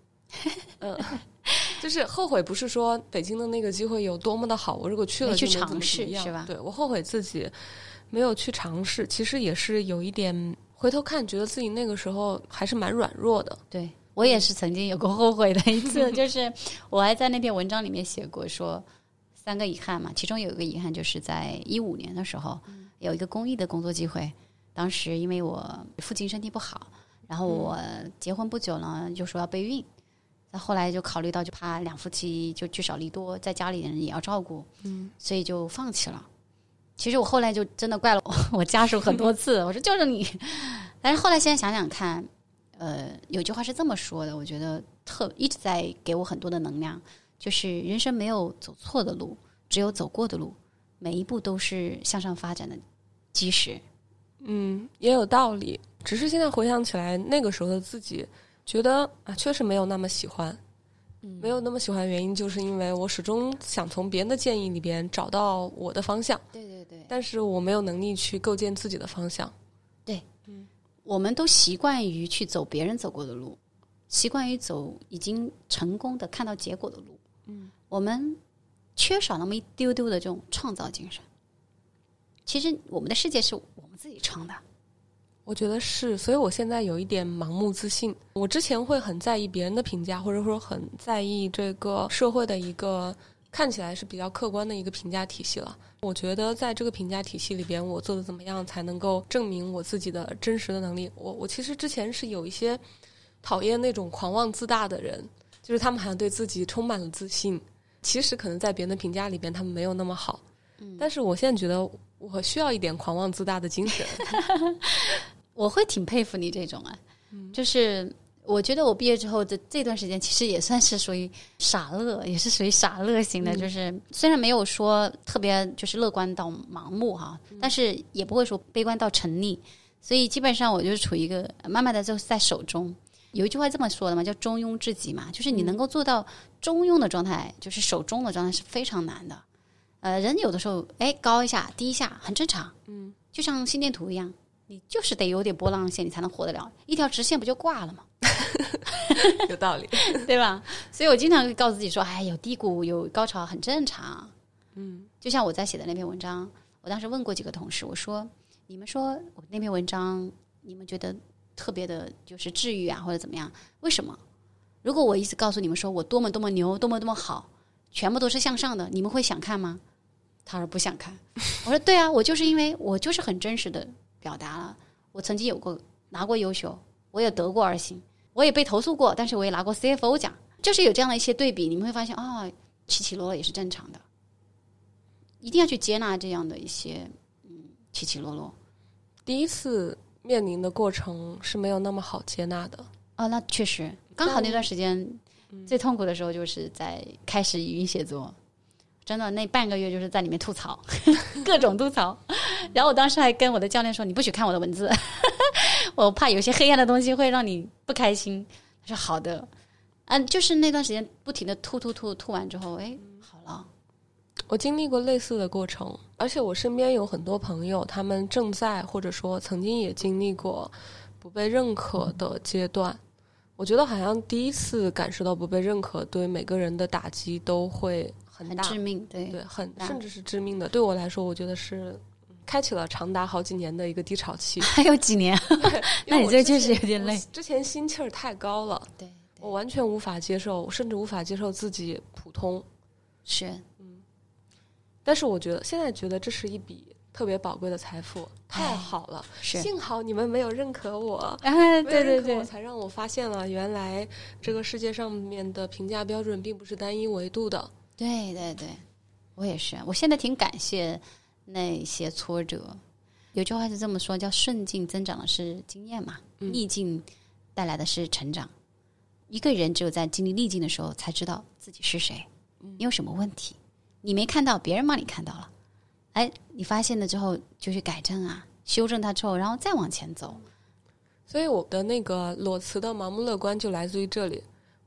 就是后悔不是说北京的那个机会有多么的好，我如果去了就去尝试是吧？ 对，我后悔自己没有去尝试，其实也是有一点回头看觉得自己那个时候还是蛮软弱的。 对，我也是曾经有过后悔的一次，就是我还在那篇文章里面写过说3个遗憾嘛，其中有一个遗憾就是在15年的时候有一个公益的工作机会，当时因为我父亲身体不好，然后我结婚不久呢就说要备孕，后来就考虑到就怕两夫妻就聚少离多，在家里人也要照顾，所以就放弃了。其实我后来就真的怪了我家属很多次，我说就是你。但是后来现在想想看，有句话是这么说的，我觉得一直在给我很多的能量，就是人生没有走错的路，只有走过的路，每一步都是向上发展的基石。 也有道理。只是现在回想起来，那个时候的自己觉得确实没有那么喜欢。没有那么喜欢的原因就是因为我始终想从别人的建议里边找到我的方向。 对对对。 但是我没有能力去构建自己的方向。 对。我们都习惯于去走别人走过的路，习惯于走已经成功的看到结果的路。我们缺少那么一丢丢的这种创造精神。其实我们的世界是我们自己创的。 我觉得是，所以我现在有一点盲目自信。我之前会很在意别人的评价，或者说很在意这个社会的一个看起来是比较客观的一个评价体系了。我觉得在这个评价体系里边，我做的怎么样才能够证明我自己的真实的能力。我其实之前是有一些讨厌那种狂妄自大的人，就是他们好像对自己充满了自信，其实可能在别人的评价里边他们没有那么好。但是我现在觉得我需要一点狂妄自大的精神。 我会挺佩服你这种就是我觉得我毕业之后的这段时间其实也算是属于傻乐，也是属于傻乐型的，就是虽然没有说特别就是乐观到盲目但是也不会说悲观到沉溺，所以基本上我就是处于一个慢慢的就在手中。有一句话这么说的嘛，叫中庸至极嘛，就是你能够做到中庸的状态，就是手中的状态是非常难的。人有的时候高一下低一下很正常，就像心电图一样，你就是得有点波浪线你才能活得了，一条直线不就挂了吗？ 有道理。 对吧？所以我经常会告诉自己说有低谷有高潮很正常。就像我在写的那篇文章，我当时问过几个同事，我说你们说我那篇文章你们觉得特别的就是治愈或者怎么样，为什么？如果我一直告诉你们说我多么多么牛多么多么好，全部都是向上的，你们会想看吗？他说不想看。我说对啊，我就是因为我就是很真实的表达了，我曾经拿过优秀，我也得过2星，我也被投诉过，但是我也拿过 CFO 奖，就是有这样的一些对比，你们会发现起起落落也是正常的，一定要去接纳这样的一些起起落落。 第一次面临的过程是没有那么好接纳的。 那确实，刚好那段时间最痛苦的时候就是在开始语音写作，真的那半个月就是在里面吐槽各种吐槽。然后我当时还跟我的教练说，你不许看我的文字我怕有些黑暗的东西会让你不开心。他说好的。就是那段时间不停的吐完之后好了。 我经历过类似的过程，而且我身边有很多朋友，他们正在或者说曾经也经历过不被认可的阶段。我觉得好像第一次感受到不被认可，对每个人的打击都会很大， 很致命。对， 甚至是致命的。对我来说，我觉得是开启了长达好几年的一个低潮期。 还有几年？那你这确实有点累。 之前心气儿太高了， 对， 我完全无法接受，甚至无法接受自己普通。 是， 但是我现在觉得这是一笔特别宝贵的财富，太好了！幸好你们没有认可我，对，才让我发现了原来这个世界上面的评价标准并不是单一维度的。 对，我也是。我现在挺感谢那些挫折。有句话是这么说，叫顺境增长的是经验嘛，逆境带来的是成长。一个人只有在经历逆境的时候，才知道自己是谁，你有什么问题，你没看到，别人帮你看到了。你发现了之后就去改正修正它之后，然后再往前走。 所以我的那个裸辞的盲目乐观就来自于这里。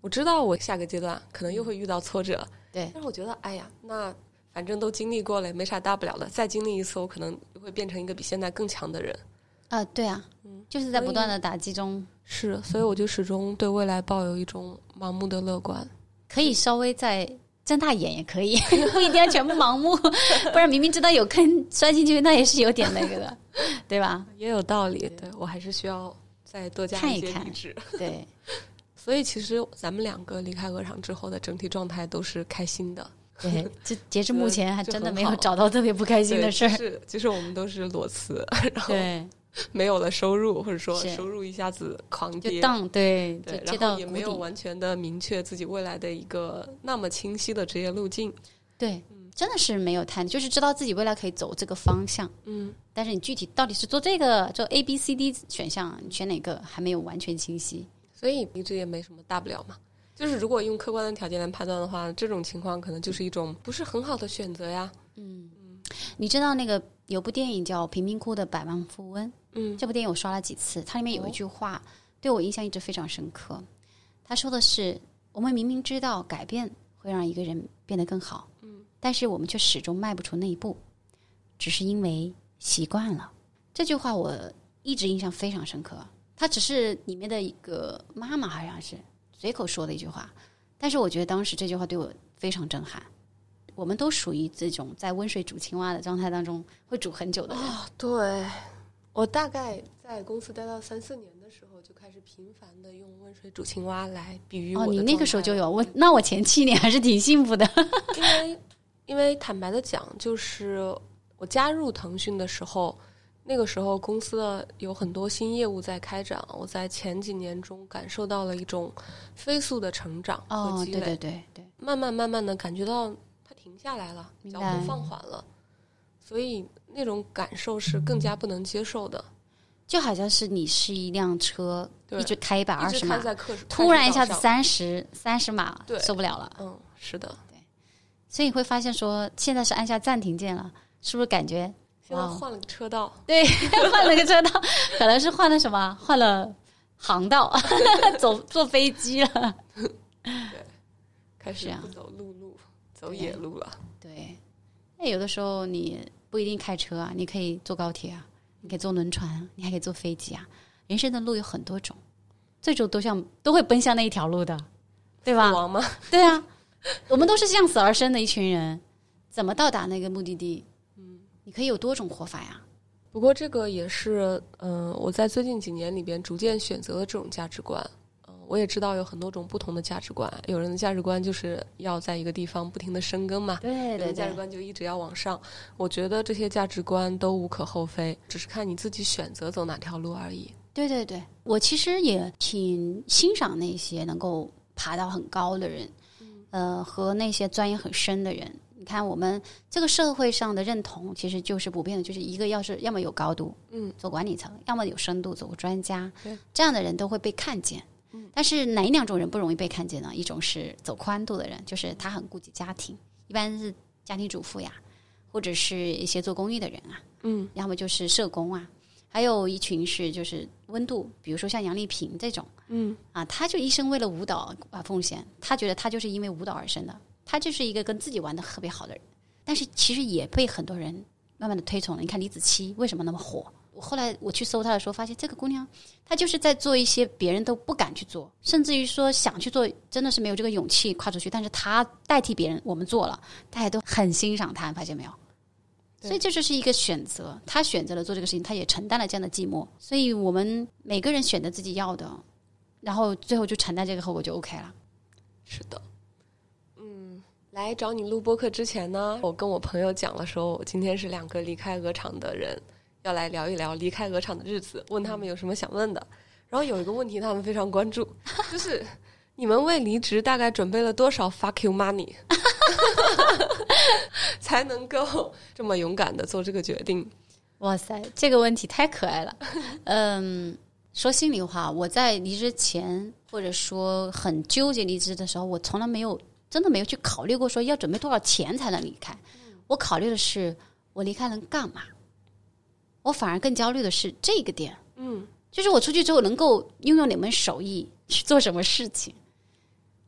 我知道我下个阶段可能又会遇到挫折， 对， 但是我觉得哎呀，那反正都经历过了，没啥大不了的，再经历一次我可能会变成一个比现在更强的人。 对啊，就是在不断的打击中， 是，所以我就始终对未来抱有一种盲目的乐观。 可以稍微再睁大眼也可以，不一定要全部盲目，不然明明知道有坑摔进去，那也是有点那个的，对吧？ 也有道理，对，我还是需要再多加一些理智。 对， 所以其实咱们两个离开鹅厂之后的整体状态都是开心的。 对，截至目前还真的没有找到特别不开心的事儿。 是，其实我们都是裸辞，然后对。 没有了收入，或者说收入一下子狂跌， 对， 然后也没有完全的明确自己未来的一个那么清晰的职业路径。 对，真的是没有谈，就是知道自己未来可以走这个方向，但是你具体到底是做这个做 A、B、C、D 选项，你选哪个还没有完全清晰， 所以离职也没什么大不了嘛。就是如果用客观的条件来判断的话，这种情况可能就是一种不是很好的选择呀。 你知道那个有部电影叫《贫民窟的百万富翁》，这部电影我刷了几次，它里面有一句话对我印象一直非常深刻。他说的是：我们明明知道改变会让一个人变得更好，但是我们却始终迈不出那一步，只是因为习惯了。这句话我一直印象非常深刻。它只是里面的一个妈妈好像是随口说的一句话，但是我觉得当时这句话对我非常震撼。我们都属于这种在温水煮青蛙的状态当中会煮很久的人。 对，我大概在公司待到3-4年的时候就开始频繁的用温水煮青蛙来比喻我的你那个时候就有那我前7年还是挺幸福的。 因为坦白的讲，就是我加入腾讯的时候，那个时候公司有很多新业务在开展，我在前几年中感受到了一种飞速的成长和积累。 对， 慢慢的感觉到停下来了，脚步放缓了，所以那种感受是更加不能接受的。 就好像是你是一辆车，一直开120码， 突然一下子30码，受不了了。 是的， 对。所以会发现说，现在是按下暂停键了，是不是感觉现在换了个车道？ 对，换了个车道，可能是换了什么？换了航道，坐飞机了。 对，开始不走陆路。走野路了。 对，那有的时候你不一定开车啊，你可以坐高铁啊，你可以坐轮船啊，你还可以坐飞机啊。人生的路有很多种，最终都会奔向那一条路的，对吧？ 死亡吗？ 对啊，我们都是向死而生的一群人，怎么到达那个目的地？你可以有多种活法呀。 不过这个也是，我在最近几年里边逐渐选择的这种价值观。我也知道有很多种不同的价值观，有人的价值观就是要在一个地方不停的深耕嘛， 对， 有人的价值观就一直要往上。我觉得这些价值观都无可厚非，只是看你自己选择走哪条路而已。 对，我其实也挺欣赏那些能够爬到很高的人，和那些钻研很深的人。你看我们这个社会上的认同其实就是普遍的，就是一个要么有高度，做管理层，要么有深度，做个专家，这样的人都会被看见。但是哪2种人不容易被看见呢？一种是走宽度的人，就是他很顾及家庭，一般是家庭主妇呀，或者是一些做公益的人啊，要么就是社工啊，还有一群是就是温度，比如说像杨丽萍这种，他就一生为了舞蹈奉献，他觉得他就是因为舞蹈而生的，他就是一个跟自己玩的特别好的人，但是其实也被很多人慢慢的推崇了。你看李子柒为什么那么火？后来我去搜她的时候，发现这个姑娘她就是在做一些别人都不敢去做，甚至于说想去做真的是没有这个勇气跨出去，但是她代替别人我们做了，大家都很欣赏她，发现没有？所以这就是一个选择，她选择了做这个事情，她也承担了这样的寂寞。所以我们每个人选择自己要的，然后最后就承担这个后果就 OK 了。 是的。来找你录播客之前呢，我跟我朋友讲了说，我今天是2个离开鹅厂的人，要来聊一聊离开鹅厂的日子，问他们有什么想问的。然后有一个问题他们非常关注，就是你们为离职大概准备了多少 fuck you money 才能够这么勇敢的做这个决定？ 哇塞，这个问题太可爱了。说心里话，我在离职前或者说很纠结离职的时候，我从来真的没有去考虑过说要准备多少钱才能离开。我考虑的是我离开能干嘛，我反而更焦虑的是这个点。就是我出去之后能够拥有哪门手艺去做什么事情。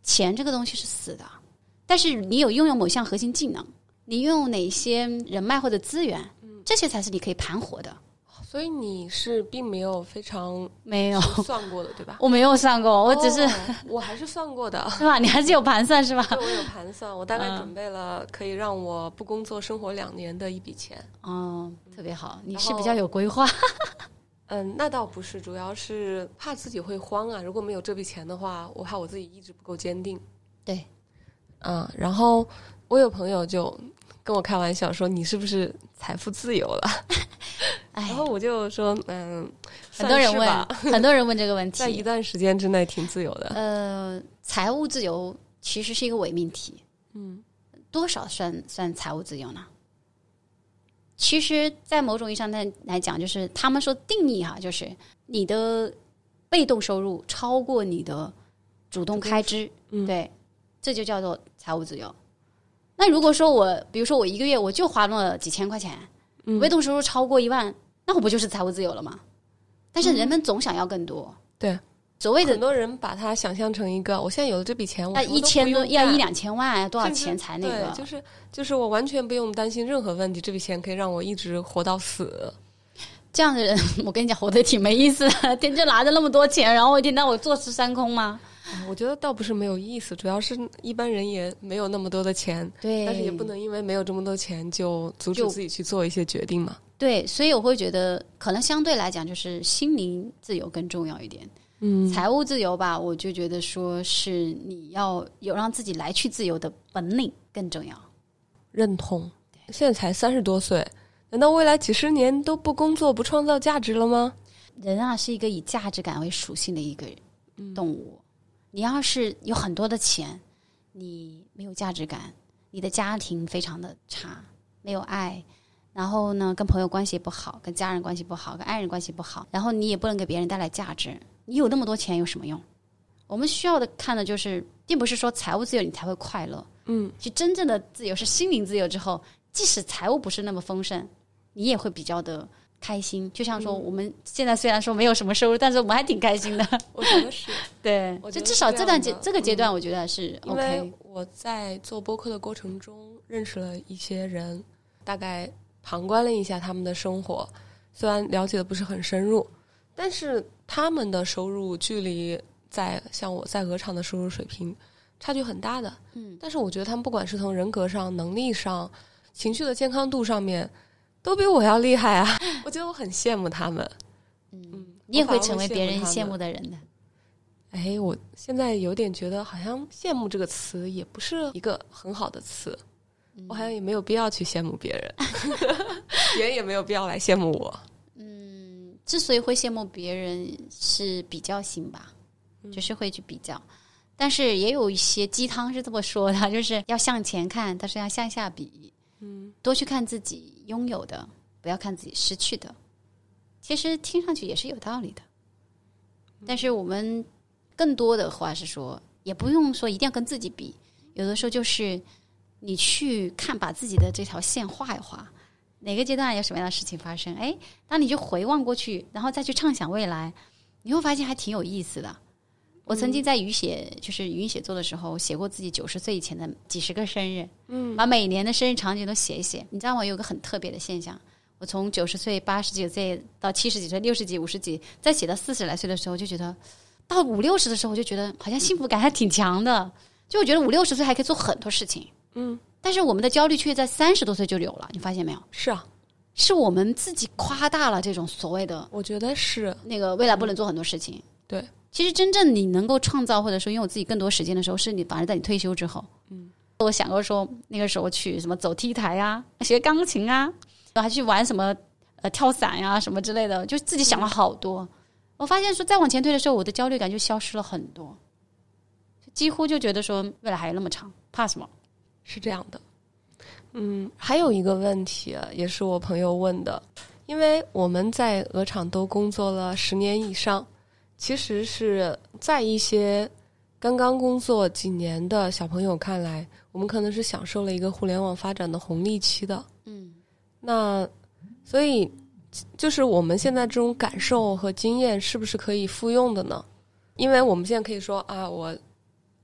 钱这个东西是死的，但是你有拥有某项核心技能，你拥有哪些人脉或者资源，这些才是你可以盘活的。 所以你是并没有非常没有算过的对吧？ 我没有算过，我只是、 我还是算过的是吧？你还是有盘算是吧？ 对，我有盘算，我大概准备了可以让我不工作生活2年的一笔钱。 特别好，你是比较有规划。 那倒不是，主要是怕自己会慌啊。如果没有这笔钱的话，我怕我自己意志不够坚定。 对， 然后我有朋友就跟我开玩笑说：“你是不是财富自由了？”然后我就说：“ 很多人问，很多人问这个问题， 在一段时间之内挺自由的。 财务自由其实是一个伪命题。多少算财务自由呢？其实，在某种意义上来讲，就是他们说定义哈，就是你的被动收入超过你的主动开支，对，这就叫做财务自由。那如果说比如说我一个月我就花了几千块钱，被动收入超过1万，那我不就是财务自由了吗？但是人们总想要更多， 对， 所谓的很多人把它想象成一个，我现在有了这笔钱，我 1000多要1-2千万，多少钱才那个？ 对，就是我完全不用担心任何问题，这笔钱可以让我一直活到死。 这样的人，我跟你讲，活得挺没意思的，天天拿着那么多钱，然后一天到晚坐吃山空吗？ 我觉得倒不是没有意思，主要是一般人也没有那么多的钱， 对， 但是也不能因为没有这么多钱就阻止自己去做一些决定嘛。 对，所以我会觉得可能相对来讲就是心灵自由更重要一点。财务自由吧，我就觉得说是你要有让自己来去自由的本领更重要。 认同。现在才30多岁，难道未来几十年都不工作不创造价值了吗？ 人啊是一个以价值感为属性的一个动物。你要是有很多的钱，你没有价值感，你的家庭非常的差，没有爱，然后呢跟朋友关系不好，跟家人关系不好，跟爱人关系不好，然后你也不能给别人带来价值，你有那么多钱有什么用？我们需要的看的就是并不是说财务自由你才会快乐，其实真正的自由是心灵自由之后，即使财务不是那么丰盛，你也会比较的开心。就像说我们现在虽然说没有什么收入，但是我们还挺开心的。 我觉得是对，就至少这个阶段我觉得是 OK。 因为我在做播客的过程中认识了一些人，大概旁观了一下他们的生活，虽然了解的不是很深入，但是他们的收入距离像我在鹅厂的收入水平差距很大的。但是我觉得他们不管是从人格上、能力上、情绪的健康度上面都比我要厉害啊！我觉得我很羡慕他们。 你也会成为别人羡慕的人的。 我现在有点觉得好像羡慕这个词也不是一个很好的词，我好像也没有必要去羡慕别人，别人也没有必要来羡慕我。 之所以会羡慕别人是比较心吧，就是会去比较。但是也有一些鸡汤是这么说的，就是要向前看，但是要向下比。多去看自己拥有的，不要看自己失去的。其实听上去也是有道理的，但是我们更多的话是说，也不用说一定要跟自己比，有的时候就是你去看，把自己的这条线画一画，哪个阶段有什么样的事情发生，当你就回望过去，然后再去畅想未来，你会发现还挺有意思的。我曾经在就是语音写作的时候写过自己90岁以前的几十个生日，把每年的生日场景都写一写。你知道吗？有个很特别的现象，我从90岁、80几岁到70几岁、60几、50几，再写到40来岁的时候，就觉得到50、60的时候，我就觉得好像幸福感还挺强的。就我觉得50、60岁还可以做很多事情，但是我们的焦虑却在30多岁就有了，你发现没有？ 是啊， 是我们自己夸大了这种所谓的， 我觉得是那个未来不能做很多事情。 对。 其实真正你能够创造或者说拥有自己更多时间的时候，是你反而在你退休之后。我想过说那个时候去什么走 T 台啊，学钢琴啊，还去玩什么跳伞呀什么之类的，就自己想了好多。我发现说再往前推的时候，我的焦虑感就消失了很多，几乎就觉得说未来还有那么长，怕什么？ 是这样的。还有一个问题也是我朋友问的，因为我们在鹅厂都工作了10年以上，其实是在一些刚刚工作几年的小朋友看来，我们可能是享受了一个互联网发展的红利期的。那所以就是我们现在这种感受和经验是不是可以复用的呢？因为我们现在可以说啊，我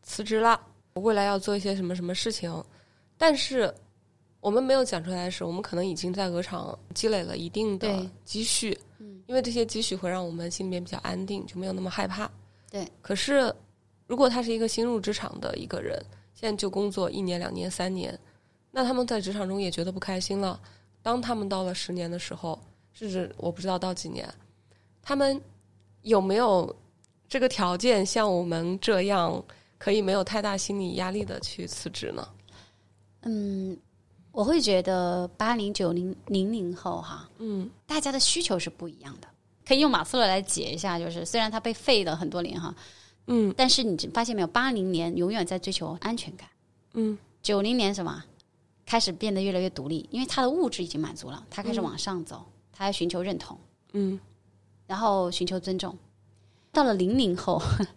辞职了，我未来要做一些什么什么事情，但是我们没有讲出来的是，我们可能已经在鹅厂积累了一定的积蓄，因为这些积蓄会让我们心里面比较安定，就没有那么害怕。 对。 可是如果他是一个新入职场的一个人，现在就工作1年2年3年，那他们在职场中也觉得不开心了。当他们到了10年的时候，甚至我不知道到几年，他们有没有这个条件像我们这样可以没有太大心理压力的去辞职呢？ 我会觉得80、90、00后哈，大家的需求是不一样的。可以用马斯洛来解一下，就是虽然他被废了很多年哈，但是你发现没有，80年永远在追求安全感，90年什么开始变得越来越独立，因为他的物质已经满足了，他开始往上走，他要寻求认同，然后寻求尊重。到了00后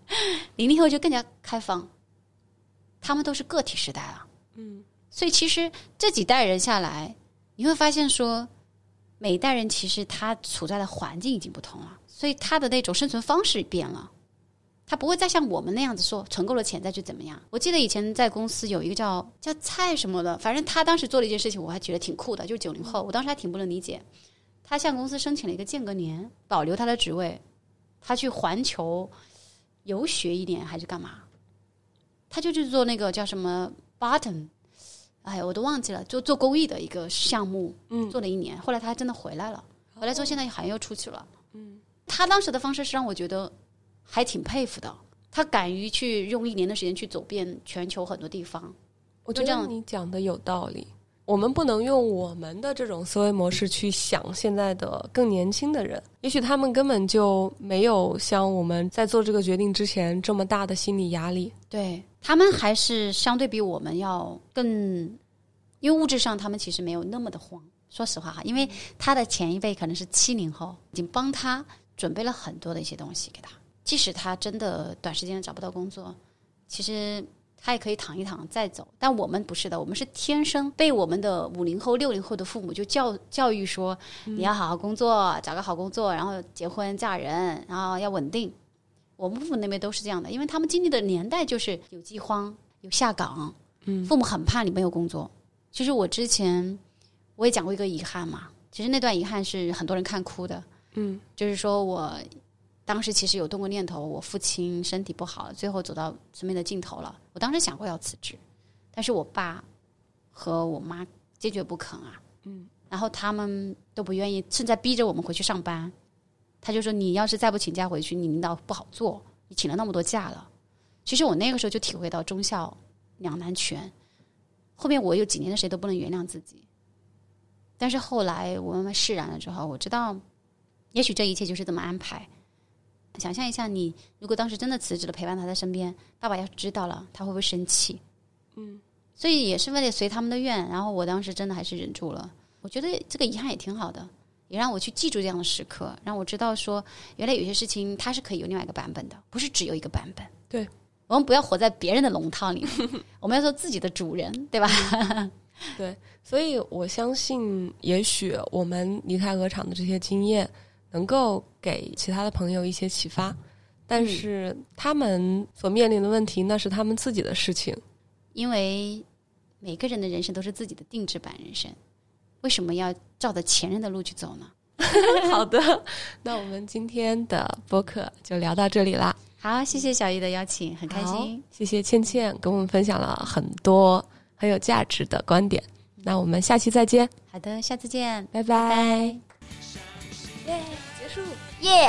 ，00后就更加开放，他们都是个体时代了，所以其实这几代人下来，你会发现说，每一代人其实他处在的环境已经不同了，所以他的那种生存方式变了，他不会再像我们那样子说存够了钱再去怎么样。我记得以前在公司有一个叫蔡什么的，反正他当时做了一件事情，我还觉得挺酷的，就是90后，我当时还挺不能理解。他向公司申请了一个间隔年，保留他的职位，他去环球游学1年还是干嘛？他就去做那个叫什么 Button， 哎呀，我都忘记了，就做公益的一个项目，做了1年，后来他还真的回来了，回来之后现在好像又出去了。他当时的方式是让我觉得还挺佩服的，他敢于去用1年的时间去走遍全球很多地方。 我觉得你讲的有道理，我们不能用我们的这种思维模式去想现在的更年轻的人，也许他们根本就没有像我们在做这个决定之前这么大的心理压力。 对，他们还是相对比我们要更，因为物质上他们其实没有那么的慌，说实话哈，因为他的前一辈可能是70后，已经帮他准备了很多的一些东西给他，即使他真的短时间找不到工作，其实他也可以躺一躺再走。但我们不是的，我们是天生被我们的50后60后的父母就教育说，你要好好工作，找个好工作，然后结婚嫁人，然后要稳定。我们父母那边都是这样的，因为他们经历的年代就是有饥荒有下岗，父母很怕你没有工作。其实我之前我也讲过一个遗憾嘛，其实那段遗憾是很多人看哭的，就是说我当时其实有动过念头，我父亲身体不好，最后走到生命的尽头了，我当时想过要辞职，但是我爸和我妈坚决不肯啊，然后他们都不愿意，甚至逼着我们回去上班。他就说你要是再不请假回去，你领导不好做，你请了那么多假了。其实我那个时候就体会到忠孝两难全，后面我有几年的时间都不能原谅自己。但是后来我慢慢释然了之后，我知道也许这一切就是这么安排。想象一下，你如果当时真的辞职了，陪伴他在身边，爸爸要是知道了，他会不会生气？所以也是为了随他们的愿，然后我当时真的还是忍住了。我觉得这个遗憾也挺好的，也让我去记住这样的时刻，让我知道说原来有些事情它是可以有另外一个版本的，不是只有一个版本。 对， 我们不要活在别人的龙套里面我们要做自己的主人，对吧对，所以我相信也许我们离开鹅厂的这些经验能够给其他的朋友一些启发，但是他们所面临的问题那是他们自己的事情， 因为每个人的人生都是自己的定制版人生，为什么要照着前人的路去走呢好的，那我们今天的播客就聊到这里啦。 好，谢谢小姨的邀请，很开心。 谢谢倩倩跟我们分享了很多很有价值的观点，那我们下期再见。 好的，下次见， 拜拜。 耶，结束，耶。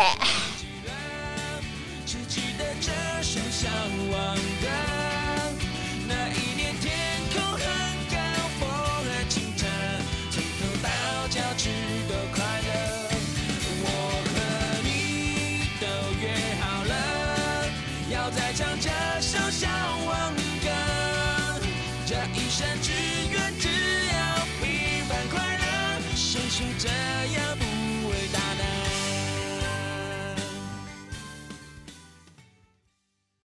只记得这首向往歌，那一年天空很高，风很清澈，从头到脚趾都快乐。我和你都约好了，要再唱这首向往歌，这一生只愿只要平凡快乐，生是这样。